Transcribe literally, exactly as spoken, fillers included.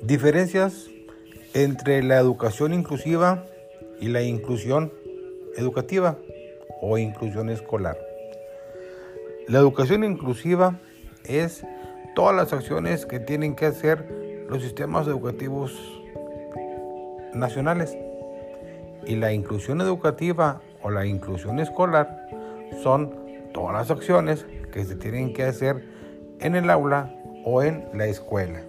Diferencias entre la educación inclusiva y la inclusión educativa o inclusión escolar. La educación inclusiva es todas las acciones que tienen que hacer los sistemas educativos nacionales. Y la inclusión educativa o la inclusión escolar son todas las acciones que se tienen que hacer en el aula o en la escuela.